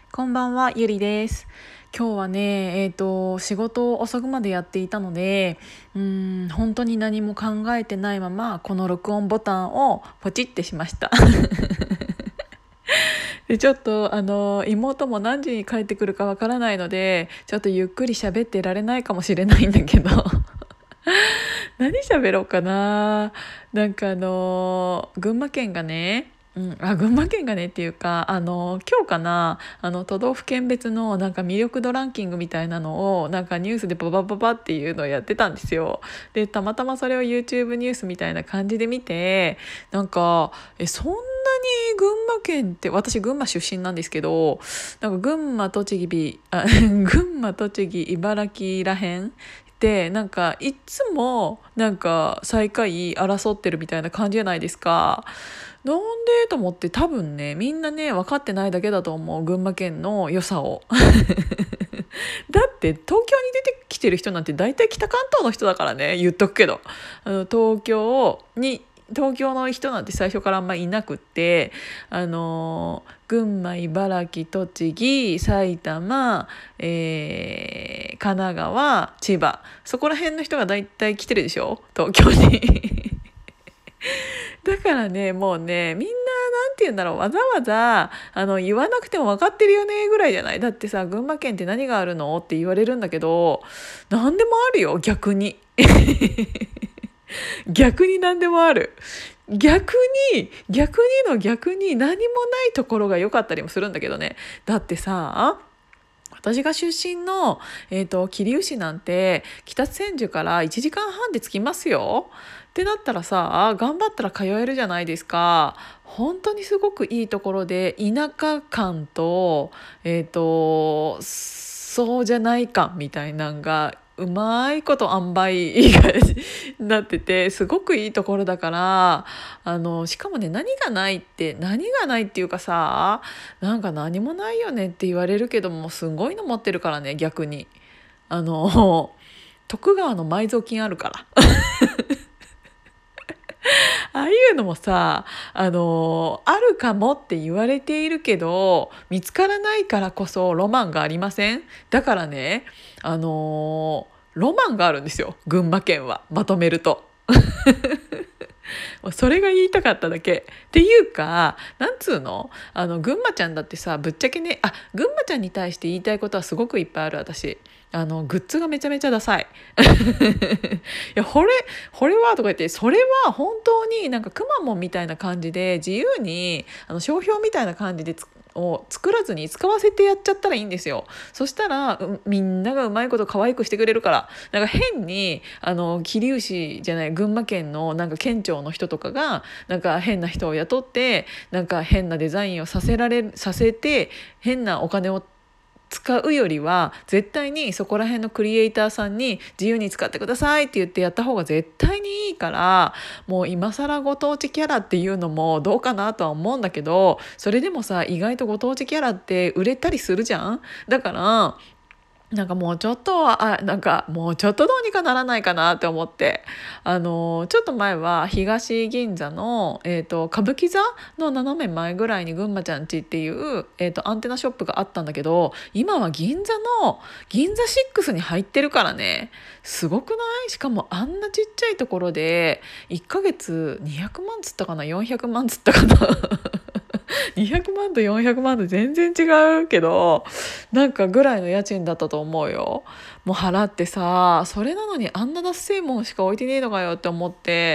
こんばんは、ゆりです。今日はね、仕事を遅くまでやっていたので、本当に何も考えてないまま、この録音ボタンをポチってしました。で、ちょっと、妹も何時に帰ってくるかわからないので、ちょっとゆっくり喋ってられないかもしれないんだけど、何喋ろうかな。群馬県がね、群馬県がねっていうか、今日かな、都道府県別のなんか魅力度ランキングみたいなのをなんかニュースでババババっていうのをやってたんですよ。で、たまたまそれを YouTube ニュースみたいな感じで見て、そんなに群馬県って、私群馬出身なんですけど、なんか群馬栃木茨城らへんでなんかいつもなんか最下位争ってるみたいな感じじゃないですか。なんでと思って、多分ねみんなね分かってないだけだと思う、群馬県の良さを。だって東京に出てきてる人なんて大体北関東の人だからね、言っとくけど、東京の人なんて最初からあんまいなくって、群馬茨城栃木埼玉、神奈川千葉、そこら辺の人が大体来てるでしょ、東京に。だからね、もうね、みんななんて言うんだろう、わざわざ言わなくても分かってるよねぐらいじゃない。だってさ、群馬県って何があるのって言われるんだけど、何でもあるよ、逆に。逆に何でもある。逆に何もないところが良かったりもするんだけどね。だってさ、私が出身の、桐生市なんて北千住から1時間半で着きますよ。ってなったらさ、頑張ったら通えるじゃないですか。本当にすごくいいところで、田舎感と、そうじゃない感みたいなのがうまいこと塩梅がなってて、すごくいいところだから、しかもね、何がないっていうかさ、なんか何もないよねって言われるけども、すごいの持ってるからね、逆に。徳川の埋蔵金あるから。ああいうのもさ、あるかもって言われているけど、見つからないからこそロマンがありません？だからね、ロマンがあるんですよ、群馬県は。まとめると。それが言いたかっただけ。っていうか、なんつうの、群馬ちゃんだってさ、ぶっちゃけね、群馬ちゃんに対して言いたいことはすごくいっぱいある、私。グッズがめちゃめちゃダサい。いや、これはとか言って、それは本当になんかくまモンみたいな感じで、自由に、商標みたいな感じでを作らずに使わせてやっちゃったらいいんですよ。そしたらみんながうまいこと可愛くしてくれるから。なんか変に桐生市じゃない、群馬県のなんか県庁の人とかがなんか変な人を雇って、なんか変なデザインをさせて変なお金を使うよりは、絶対にそこら辺のクリエイターさんに自由に使ってくださいって言ってやった方が絶対にいいから、もう今更ご当地キャラっていうのもどうかなとは思うんだけど、それでもさ、意外とご当地キャラって売れたりするじゃん。だからなんかもうちょっとなんかもうちょっとどうにかならないかなって思って、ちょっと前は東銀座の、歌舞伎座の斜め前ぐらいにぐんまちゃんちっていう、アンテナショップがあったんだけど、今は銀座6に入ってるからね。すごくない？しかもあんなちっちゃいところで1ヶ月200万つったかな、400万つったかな。200万と400万で全然違うけど、なんかぐらいの家賃だったと思うよ。もう払ってさ、それなのにあんなダッセーもんしか置いてねえのかよって思って、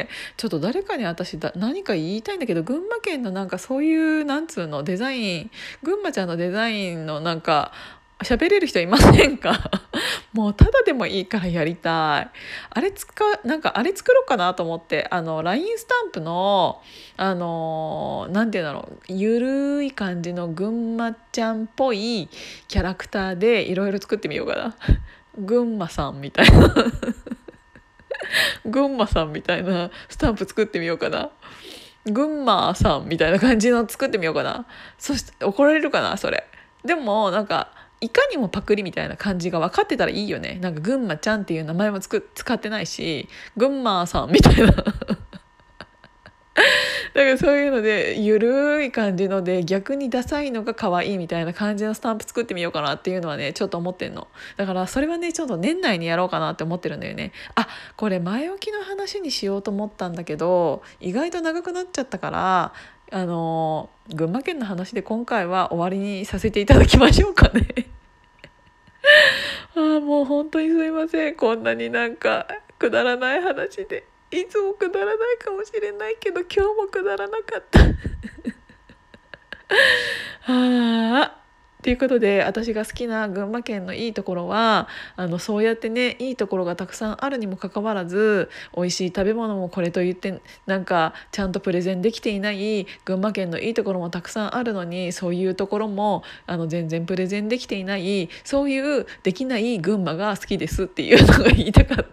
ちょっと誰かに何か言いたいんだけど、群馬県のなんかそういうなんつうのデザイン、群馬ちゃんのデザインのなんか喋れる人いませんか？もうただでもいいからやりたい。なんかあれ作ろうかなと思って、LINE スタンプの、なんていうんだろう、ゆるい感じの群馬ちゃんっぽいキャラクターでいろいろ作ってみようかな。群馬さんみたいな。群馬さんみたいなスタンプ作ってみようかな。群馬さんみたいな感じの作ってみようかな。そして怒られるかな、それ。でもなんかいかにもパクリみたいな感じが分かってたらいいよね。なんか群馬ちゃんっていう名前も使ってないし、群馬さんみたいな。 だからそういうのでゆるい感じので逆にダサいのが可愛いみたいな感じのスタンプ作ってみようかなっていうのはねちょっと思ってんの。だからそれはねちょっと年内にやろうかなって思ってるんだよね。あ、これ前置きの話にしようと思ったんだけど意外と長くなっちゃったから群馬県の話で今回は終わりにさせていただきましょうかね。もう本当にすいません、こんなになんかくだらない話で。いつもくだらないかもしれないけど今日もくだらなかった。ということで私が好きな群馬県のいいところはそうやってねいいところがたくさんあるにもかかわらず美味しい食べ物もこれと言ってなんかちゃんとプレゼンできていない群馬県のいいところもたくさんあるのにそういうところも全然プレゼンできていないそういうできない群馬が好きですっていうのが言いたかった。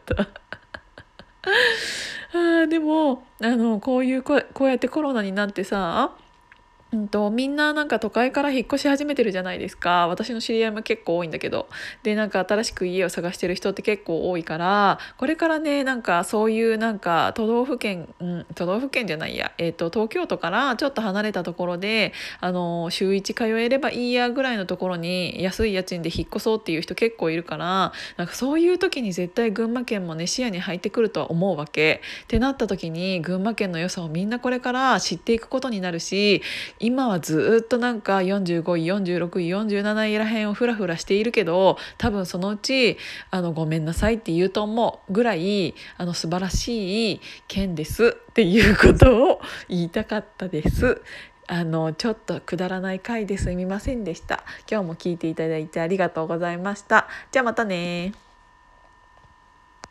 でもこうやってコロナになってさみんななんか都会から引っ越し始めてるじゃないですか。私の知り合いも結構多いんだけど、でなんか新しく家を探してる人って結構多いから、これからねなんかそういうなんか都道府県じゃないや、東京都からちょっと離れたところで週1通えればいいやぐらいのところに安い家賃で引っ越そうっていう人結構いるから、なんかそういう時に絶対群馬県もね視野に入ってくるとは思うわけ。ってなった時に群馬県の良さをみんなこれから知っていくことになるし、今はずっとなんか45位46位47位らへんをフラフラしているけど多分そのうちごめんなさいって言うと思うぐらい素晴らしい県ですっていうことを言いたかったです。ちょっとくだらない回ですみませんでした。今日も聞いていただいてありがとうございました。じゃあまたね。